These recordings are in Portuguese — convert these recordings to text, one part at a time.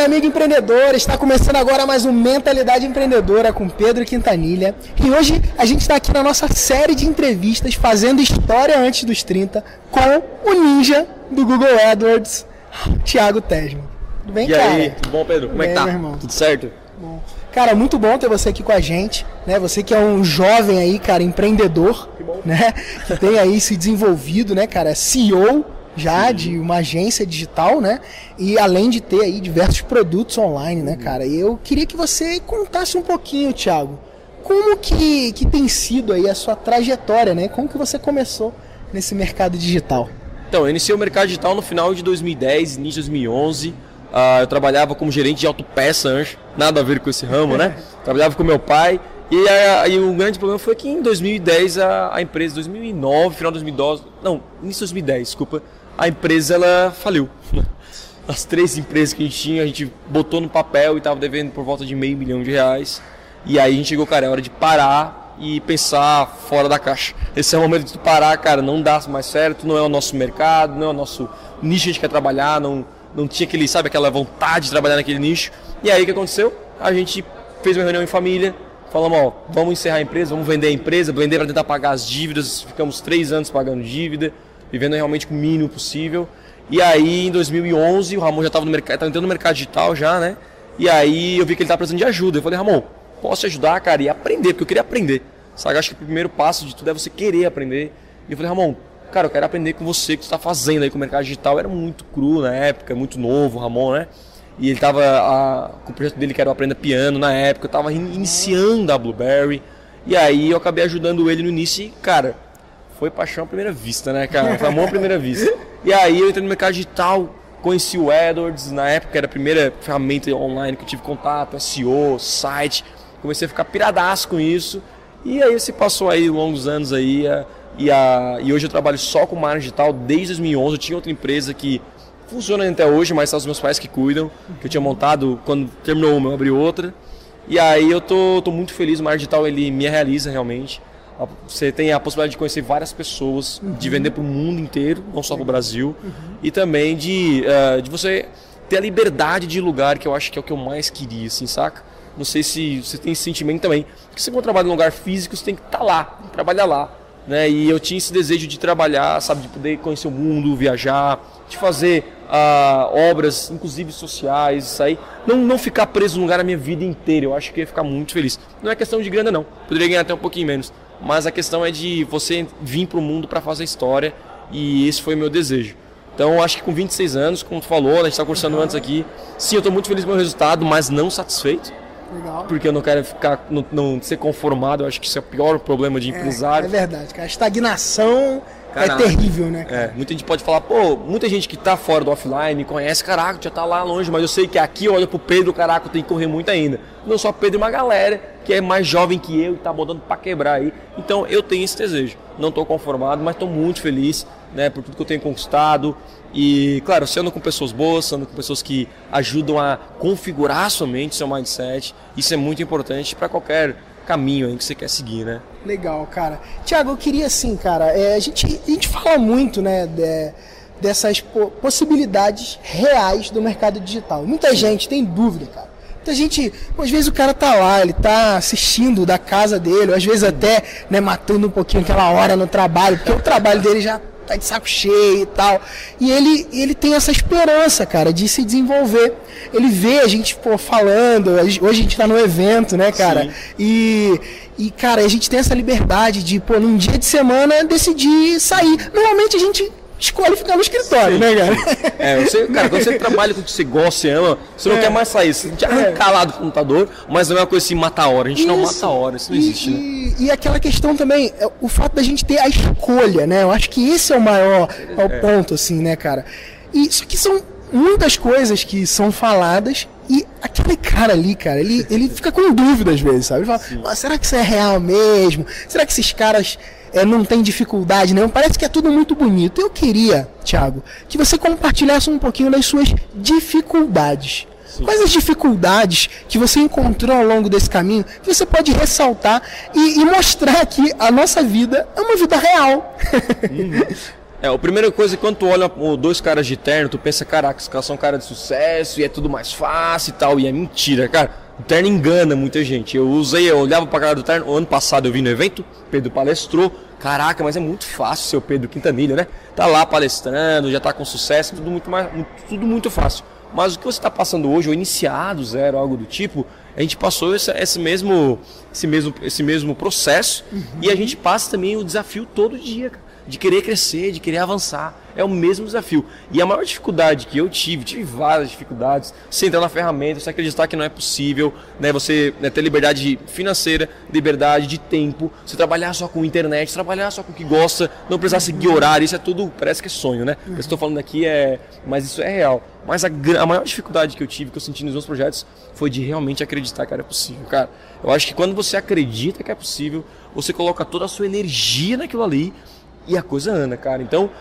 amigo empreendedor, está começando agora mais um Mentalidade Empreendedora com Pedro Quintanilha. E hoje a gente está aqui na nossa série de entrevistas fazendo história antes dos 30 com o ninja do Google AdWords, Thiago Tesman. Tudo bem, cara? E aí, tudo bom, Pedro? Como é que tá? Meu irmão? Tudo certo? Bom. Cara, muito bom ter você aqui com a gente, né? Você que é um jovem aí, cara, empreendedor, né? Que tem aí se desenvolvido, né, cara? CEO já de uma agência digital, né? E além de ter aí diversos produtos online, né, cara? E eu queria que você contasse um pouquinho, Thiago, como que tem sido aí a sua trajetória, né? Como que você começou nesse mercado digital? Então, eu iniciei o mercado digital no final de 2010, início de 2011. Eu trabalhava como gerente de autopeça antes, nada a ver com esse ramo, né? Trabalhava com meu pai. E o grande problema foi que em 2010 a empresa, 2009, final de 2012, não, início de 2010, desculpa, a empresa ela faliu. As 3 empresas que a gente tinha, a gente botou no papel e estava devendo por volta de R$500 mil. E aí a gente chegou, cara, é hora de parar e pensar fora da caixa. Esse é o momento de tu parar, cara, não dá mais certo, não é o nosso mercado, não é o nosso nicho que a gente quer trabalhar, não tinha aquele, sabe, aquela vontade de trabalhar naquele nicho. E aí o que aconteceu? A gente fez uma reunião em família, falamos, ó, vamos encerrar a empresa, vamos vender a empresa, vender para tentar pagar as dívidas, ficamos 3 anos pagando dívida, vivendo realmente com o mínimo possível. E aí em 2011 o Ramon já estava no mercado, estava entrando no mercado digital já, né? E aí eu vi que ele estava precisando de ajuda. Eu falei, Ramon, posso te ajudar, cara? E aprender, porque eu queria aprender. Sabe, acho que o primeiro passo de tudo é você querer aprender. E eu falei, Ramon, cara, eu quero aprender com você, o que você está fazendo aí com o mercado digital. Era muito cru na época, muito novo o Ramon, né? E ele estava com o projeto dele que era o Aprenda Piano na época, eu estava iniciando a Blueberry. E aí eu acabei ajudando ele no início e, cara, foi paixão à primeira vista, né, cara? Foi amor à primeira vista. E aí eu entrei no mercado digital, conheci o AdWords, na época era a primeira ferramenta online que eu tive contato, SEO, site. Comecei a ficar piradaço com isso. E aí se passou aí longos anos aí. E hoje eu trabalho só com marketing digital desde 2011. Eu tinha outra empresa que funciona até hoje, mas são os meus pais que cuidam, que eu tinha montado, quando terminou uma, eu abri outra. E aí eu tô muito feliz, o marketing digital ele me realiza realmente. Você tem a possibilidade de conhecer várias pessoas, de vender para o mundo inteiro, não só para o Brasil, e também de você ter a liberdade de lugar, que eu acho que é o que eu mais queria, assim, saca? Não sei se você tem esse sentimento também, porque você quando trabalha em um lugar físico, você tem que estar lá, trabalhar lá. Né? E eu tinha esse desejo de trabalhar, sabe, de poder conhecer o mundo, viajar, de fazer obras, inclusive sociais, isso aí. Não ficar preso num lugar a minha vida inteira, eu acho que ia ficar muito feliz. Não é questão de grana não, poderia ganhar até um pouquinho menos, mas a questão é de você vir para o mundo para fazer história, e esse foi o meu desejo. Então acho que com 26 anos, como tu falou, a gente está conversando antes aqui, sim, eu estou muito feliz com o meu resultado, mas não satisfeito. Legal. Porque eu não quero ficar, não ser conformado, eu acho que isso é o pior problema de empresário. É verdade, cara. A estagnação é terrível, né, cara? Muita gente pode falar, pô, muita gente que tá fora do offline conhece, caraca, já tá lá longe, mas eu sei que aqui eu olho pro Pedro, caraca, tem que correr muito ainda. Não só Pedro, uma galera que é mais jovem que eu e tá botando pra quebrar aí. Então eu tenho esse desejo. Não tô conformado, mas tô muito feliz, né, por tudo que eu tenho conquistado. E, claro, você anda com pessoas boas, você anda com pessoas que ajudam a configurar a sua mente, seu mindset. Isso é muito importante para qualquer caminho aí que você quer seguir, né? Legal, cara. Thiago, eu queria assim, cara, a gente fala muito, né, dessas possibilidades reais do mercado digital. Muita gente tem dúvida, cara. Muita gente, às vezes o cara tá lá, ele tá assistindo da casa dele, ou às vezes até, né, matando um pouquinho aquela hora no trabalho, porque o trabalho dele já tá de saco cheio e tal. E ele tem essa esperança, cara, de se desenvolver. Ele vê a gente, pô, falando, hoje a gente tá no evento, né, cara? E, cara, a gente tem essa liberdade de, pô, num dia de semana decidir sair. Normalmente a gente escolhe ficar no escritório, né, cara? Cara, quando você trabalha com o que você gosta, você ama, você não quer mais sair, você quer arrancar lá do computador, mas não é uma coisa assim, mata a hora, a gente não mata a hora, isso não existe, né? E aquela questão também, o fato da gente ter a escolha, né? Eu acho que esse é o maior ponto, assim, né, cara? E isso aqui são muitas coisas que são faladas e aquele cara ali, cara, ele fica com dúvida às vezes, sabe? Ele fala, será que isso é real mesmo? Será que esses caras não tem dificuldade nenhuma? Parece que é tudo muito bonito. Eu queria, Thiago, que você compartilhasse um pouquinho das suas dificuldades. Sim. Quais as dificuldades que você encontrou ao longo desse caminho que você pode ressaltar e mostrar que a nossa vida é uma vida real? A primeira coisa é que quando tu olha dois caras de terno, tu pensa, caraca, esses caras são caras de sucesso e é tudo mais fácil e tal, e é mentira, cara. O terno engana muita gente. Eu olhava pra cara do terno, o ano passado eu vi no evento, Pedro palestrou, caraca, mas é muito fácil ser o Pedro Quintanilha, né? Tá lá palestrando, já tá com sucesso, tudo muito fácil. Mas o que você está passando hoje, ou iniciar do zero, algo do tipo, a gente passou esse mesmo processo e a gente passa também o desafio todo dia, cara, de querer crescer, de querer avançar. É o mesmo desafio. E a maior dificuldade que eu tive várias dificuldades, você entrar na ferramenta, você acreditar que não é possível, né, você ter liberdade financeira, liberdade de tempo, você trabalhar só com internet, trabalhar só com o que gosta, não precisar seguir horário, isso é tudo, parece que é sonho, né? Eu estou falando aqui, mas isso é real. Mas a maior dificuldade que eu tive, que eu senti nos meus projetos, foi de realmente acreditar que era possível, cara. Eu acho que quando você acredita que é possível, você coloca toda a sua energia naquilo ali e a coisa anda, cara. Então,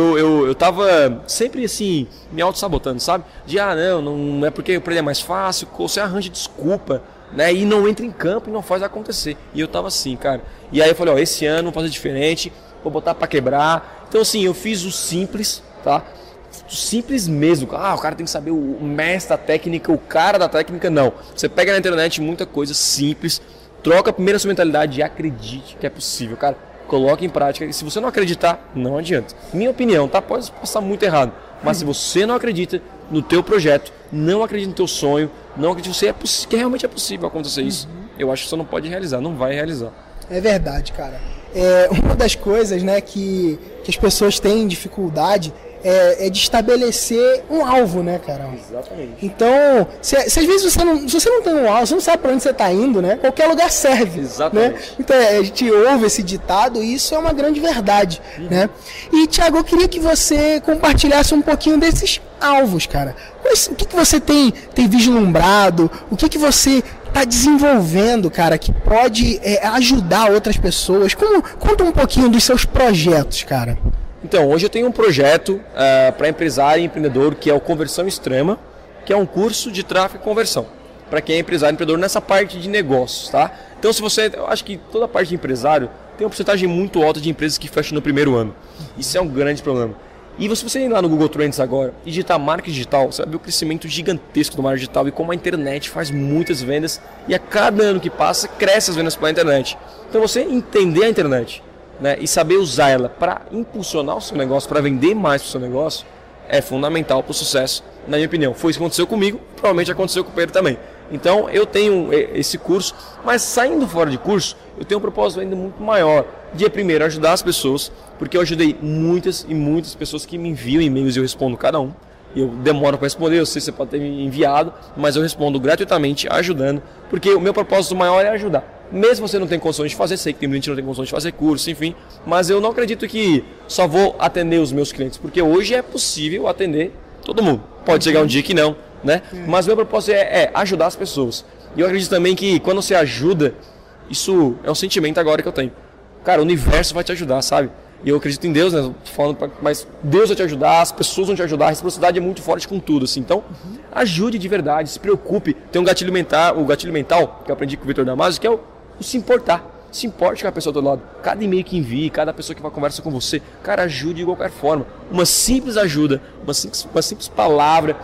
eu tava sempre assim, me auto-sabotando, sabe? De, não é porque o prêmio é mais fácil, você arranja desculpa, né? E não entra em campo e não faz acontecer. E eu tava assim, cara. E aí eu falei, esse ano vou fazer diferente, vou botar pra quebrar. Então, assim, eu fiz o simples, tá? Simples mesmo. O cara tem que saber o mestre da técnica, o cara da técnica, não. Você pega na internet muita coisa simples, troca primeiro a sua mentalidade e acredite que é possível, cara. Coloque em prática. E se você não acreditar, não adianta. Minha opinião, tá? Pode passar muito errado. Mas se você não acredita no teu projeto, não acredita no teu sonho, não acredita que realmente é possível acontecer isso, eu acho que você não pode realizar, não vai realizar. É verdade, cara. Uma das coisas, né, que as pessoas têm dificuldade é de estabelecer um alvo, né, cara? Exatamente. Então, se às vezes se você não tem um alvo, você não sabe para onde você está indo, né? Qualquer lugar serve. Exatamente. Né? Então, a gente ouve esse ditado e isso é uma grande verdade, né? E, Thiago, eu queria que você compartilhasse um pouquinho desses alvos, cara. O que você tem vislumbrado? O que você está desenvolvendo, cara, que pode ajudar outras pessoas? Conta um pouquinho dos seus projetos, cara. Então, hoje eu tenho um projeto para empresário e empreendedor que é o Conversão Extrema, que é um curso de tráfego e conversão, para quem é empresário e empreendedor nessa parte de negócios, tá? Então, eu acho que toda a parte de empresário tem uma porcentagem muito alta de empresas que fecham no primeiro ano. Isso é um grande problema. E se você ir lá no Google Trends agora e digitar marketing digital, você vai ver o crescimento gigantesco do marketing digital e como a internet faz muitas vendas e a cada ano que passa, cresce as vendas pela internet. Então, você entender a internet, né, e saber usar ela para impulsionar o seu negócio, para vender mais para o seu negócio, é fundamental para o sucesso, na minha opinião. Foi isso que aconteceu comigo, provavelmente aconteceu com o Pedro também. Então eu tenho esse curso, mas saindo fora de curso, eu tenho um propósito ainda muito maior, de primeiro ajudar as pessoas, porque eu ajudei muitas e muitas pessoas que me enviam e-mails e eu respondo cada um. Eu demoro para responder, eu sei que você pode ter me enviado, mas eu respondo gratuitamente, ajudando, porque o meu propósito maior é ajudar. Mesmo você não tem condições de fazer, sei que tem muita gente que não tem condições de fazer curso, enfim, mas eu não acredito que só vou atender os meus clientes, porque hoje é possível atender todo mundo. Pode chegar um dia que não, né? Mas o meu propósito é ajudar as pessoas. E eu acredito também que quando você ajuda, isso é um sentimento agora que eu tenho. Cara, o universo vai te ajudar, sabe? E eu acredito em Deus, né? Mas Deus vai te ajudar, as pessoas vão te ajudar, a reciprocidade é muito forte com tudo, assim. Então, ajude de verdade, se preocupe. Tem um gatilho mental, que eu aprendi com o Vitor Damasio, que é o se importar. Se importe com a pessoa do outro lado. Cada e-mail que envie, cada pessoa que vai conversar com você, cara, ajude de qualquer forma. Uma simples ajuda, uma simples palavra,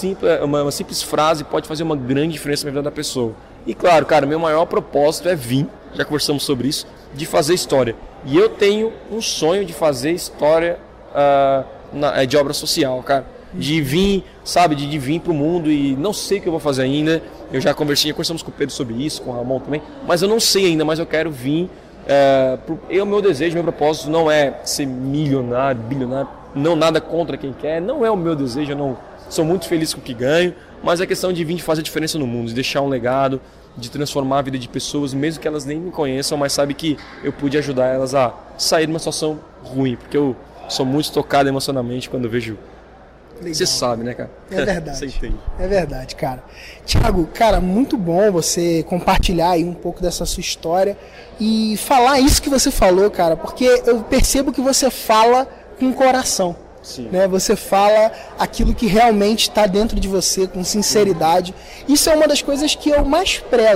uma simples frase pode fazer uma grande diferença na vida da pessoa. E claro, cara, meu maior propósito é já conversamos sobre isso, de fazer história. E eu tenho um sonho de fazer história de obra social, cara. De vir, sabe, de vir pro mundo e não sei o que eu vou fazer ainda. Eu já conversamos com o Pedro sobre isso, com o Ramon também, mas eu não sei ainda, mas eu quero vir. Meu desejo, meu propósito não é ser milionário, bilionário, não nada contra quem quer, não é o meu desejo, eu não sou muito feliz com o que ganho, mas é questão de vir de fazer diferença no mundo, de deixar um legado, de transformar a vida de pessoas, mesmo que elas nem me conheçam, mas sabe que eu pude ajudar elas a sair de uma situação ruim, porque eu sou muito tocado emocionalmente quando eu vejo. Legal. Você sabe, né, cara? É verdade. Você entende. É verdade, cara. Thiago, cara, muito bom você compartilhar aí um pouco dessa sua história e falar isso que você falou, cara, porque eu percebo que você fala com o coração. Sim. Né? Você fala aquilo que realmente está dentro de você, com sinceridade. Isso é uma das coisas que eu mais prezo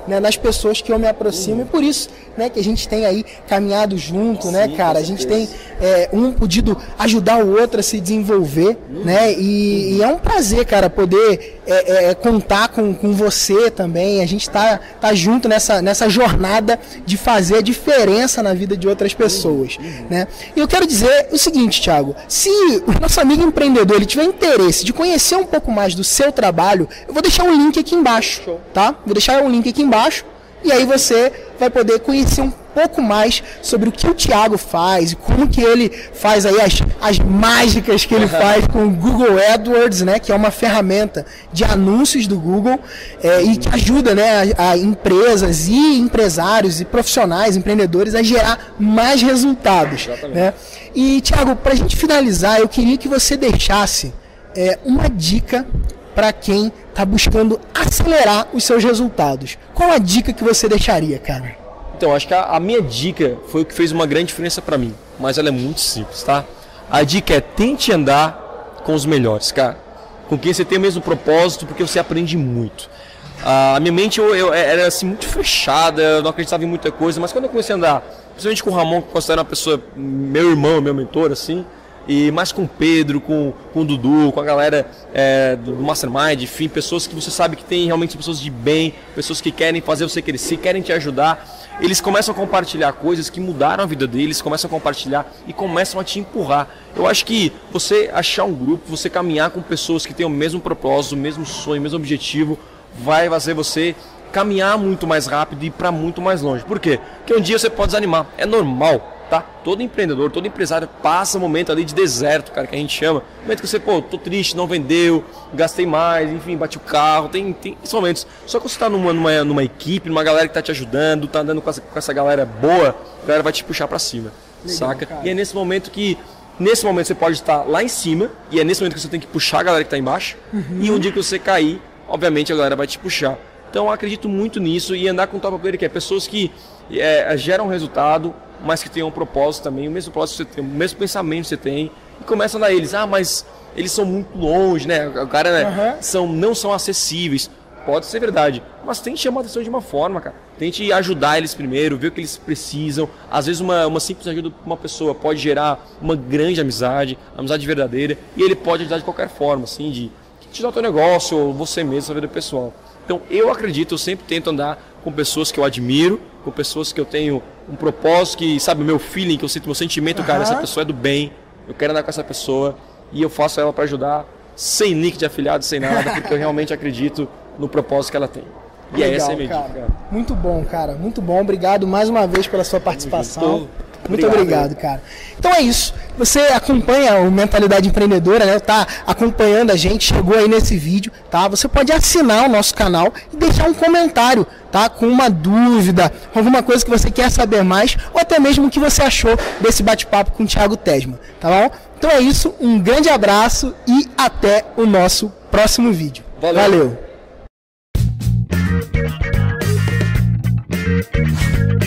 né, nas pessoas que eu me aproximo, e por isso, né, que a gente tem aí caminhado junto, né, cara? A gente tem um podido ajudar o outro a se desenvolver, né? E é um prazer, cara, poder contar com você também. A gente tá junto nessa jornada de fazer a diferença na vida de outras pessoas, né? E eu quero dizer o seguinte, Thiago, se o nosso amigo empreendedor ele tiver interesse de conhecer um pouco mais do seu trabalho, eu vou deixar um link aqui embaixo, tá? Vou deixar um link aqui embaixo, e aí você vai poder conhecer um pouco mais sobre o que o Thiago faz e como que ele faz aí as mágicas que ele faz com o Google AdWords, né, que é uma ferramenta de anúncios do Google e que ajuda, né, a empresas e empresários e profissionais, empreendedores a gerar mais resultados, né? E Thiago, para a gente finalizar, eu queria que você deixasse uma dica para quem está buscando acelerar os seus resultados. Qual a dica que você deixaria, cara? Então, acho que a minha dica foi o que fez uma grande diferença para mim, mas ela é muito simples, tá? A dica é: tente andar com os melhores, cara. Com quem você tem o mesmo propósito, porque você aprende muito. A minha mente eu era assim, muito fechada, eu não acreditava em muita coisa, mas quando eu comecei a andar, principalmente com o Ramon, que eu considero uma pessoa, meu irmão, meu mentor, assim, e mais com o Pedro, com o Dudu, com a galera do Mastermind, enfim, pessoas que você sabe que tem realmente pessoas de bem, pessoas que querem fazer você crescer, querem te ajudar. Eles começam a compartilhar coisas que mudaram a vida deles, começam a compartilhar e começam a te empurrar. Eu acho que você achar um grupo, você caminhar com pessoas que têm o mesmo propósito, o mesmo sonho, o mesmo objetivo, vai fazer você caminhar muito mais rápido e ir para muito mais longe. Por quê? Porque um dia você pode desanimar, é normal. Tá? Todo empreendedor, todo empresário passa um momento ali de deserto, cara, que a gente chama. Momento que você, tô triste, não vendeu, gastei mais, enfim, bati o carro, tem esses momentos. Só que você tá numa equipe, numa galera que tá te ajudando, tá andando com essa galera boa, a galera vai te puxar pra cima, legal, saca? Cara. E é nesse momento você pode estar lá em cima, e é nesse momento que você tem que puxar a galera que tá embaixo, e um dia que você cair, obviamente a galera vai te puxar. Então eu acredito muito nisso, e andar com o top player, que é pessoas que geram resultado, mas que tenham um propósito também, o mesmo propósito que você tem, o mesmo pensamento que você tem, e começa a andar eles, mas eles são muito longe, né? O cara, né, não são acessíveis. Pode ser verdade, mas tente chamar a atenção de uma forma, cara. Tente ajudar eles primeiro, ver o que eles precisam. Às vezes uma simples ajuda para uma pessoa pode gerar uma grande amizade verdadeira, e ele pode ajudar de qualquer forma, assim, de te dar o teu negócio, ou você mesmo, sua vida pessoal. Então eu sempre tento andar com pessoas que eu admiro, com pessoas que eu tenho um propósito, que sabe, o meu feeling, que eu sinto, meu sentimento, cara, essa pessoa é do bem, eu quero andar com essa pessoa, e eu faço ela para ajudar, sem link de afiliado, sem nada, porque eu realmente acredito no propósito que ela tem. E legal, essa é a minha dica, cara. Muito bom, cara, muito bom. Obrigado mais uma vez pela sua participação. Muito obrigado, cara. Então é isso. Você acompanha o Mentalidade Empreendedora, né? Tá acompanhando a gente, chegou aí nesse vídeo, tá? Você pode assinar o nosso canal e deixar um comentário, tá? Com uma dúvida, com alguma coisa que você quer saber mais, ou até mesmo o que você achou desse bate-papo com o Thiago Tesman, tá bom? Então é isso, um grande abraço e até o nosso próximo vídeo. Valeu.